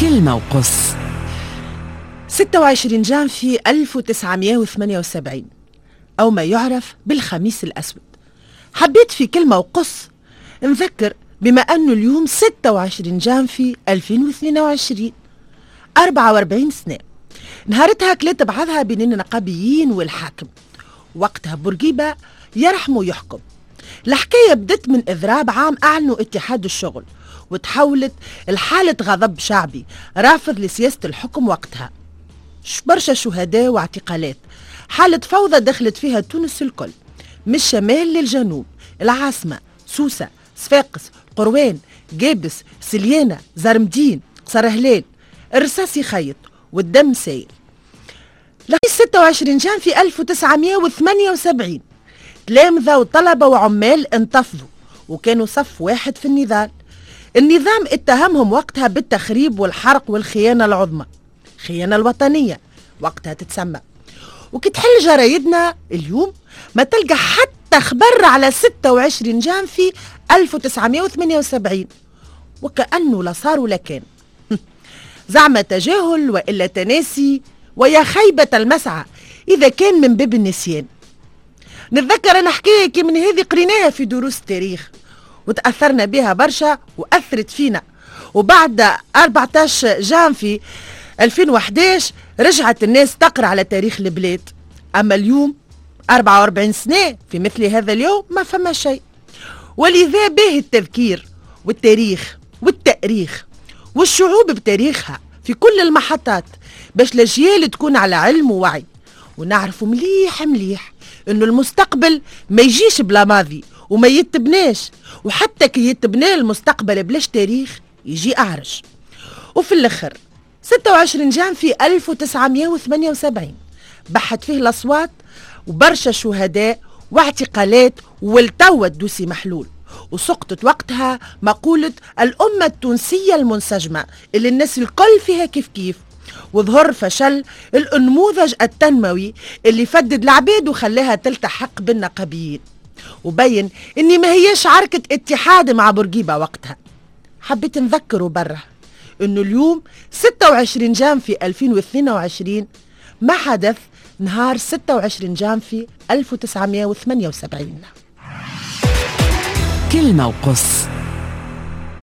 كلمة وقص. 26 جانفي 1978 أو ما يعرف بالخميس الأسود. حبيت في كلمة وقص نذكر بما أنه اليوم 26 جانفي 2022 44 سنة. نهارتها كلات بعضها بين النقابيين والحاكم، وقتها بورقيبة يرحم ويحكم. الحكاية بدت من إضراب عام أعلنوا اتحاد الشغل، وتحولت الحالة غضب شعبي رافض لسياسة الحكم وقتها. برشا شهداء واعتقالات، حالة فوضى دخلت فيها تونس الكل، من الشمال للجنوب، العاصمة، سوسة، صفاقس، قروان، جابس، سليانة، زرمدين، قصر هلال. الرصاص يخيط والدم سايل. لغاية 26 جانفي 1978 تلامذة وطلبة وعمال انتفضوا وكانوا صف واحد في النضال. النظام اتهمهم وقتها بالتخريب والحرق والخيانة العظمى، خيانة الوطنية وقتها تتسمى. وكتحل جرايدنا اليوم ما تلقى حتى خبر على 26 جانفي 1978، وكأنه لا صار ولا كان. زعم تجاهل وإلا تناسي، ويا خيبة المسعى إذا كان من باب النسيان. نتذكر أنا حكاية كي من هذه قريناها في دروس التاريخ وتأثرنا بها برشا وأثرت فينا، وبعد 14 جانفي 2011 رجعت الناس تقرأ على تاريخ البلاد. أما اليوم 44 سنة في مثل هذا اليوم ما فما شيء، ولذا باهي التذكير والتاريخ والتأريخ والشعوب بتاريخها في كل المحطات، باش الأجيال تكون على علم ووعي، ونعرف مليح مليح إنه المستقبل ما يجيش بلا ماضي وما يتبناش، وحتى كي يتبنى المستقبل بلاش تاريخ يجي أعرج. وفي الآخر 26 جانفي 1978 بحت فيه الأصوات وبرشا شهداء واعتقالات، والتو الدوسي محلول، وسقطت وقتها مقولة الأمة التونسية المنسجمة اللي الناس الكل فيها كيف كيف، وظهر فشل النموذج التنموي اللي فدد العباد وخلاها تلتحق بالنقابيين، وبين اني ما هيش عركة اتحاد مع بورقيبة وقتها. حبيت نذكروا برا انه اليوم 26 جانفي 2022 ما حدث نهار 26 جانفي 1978. كلمة وقص.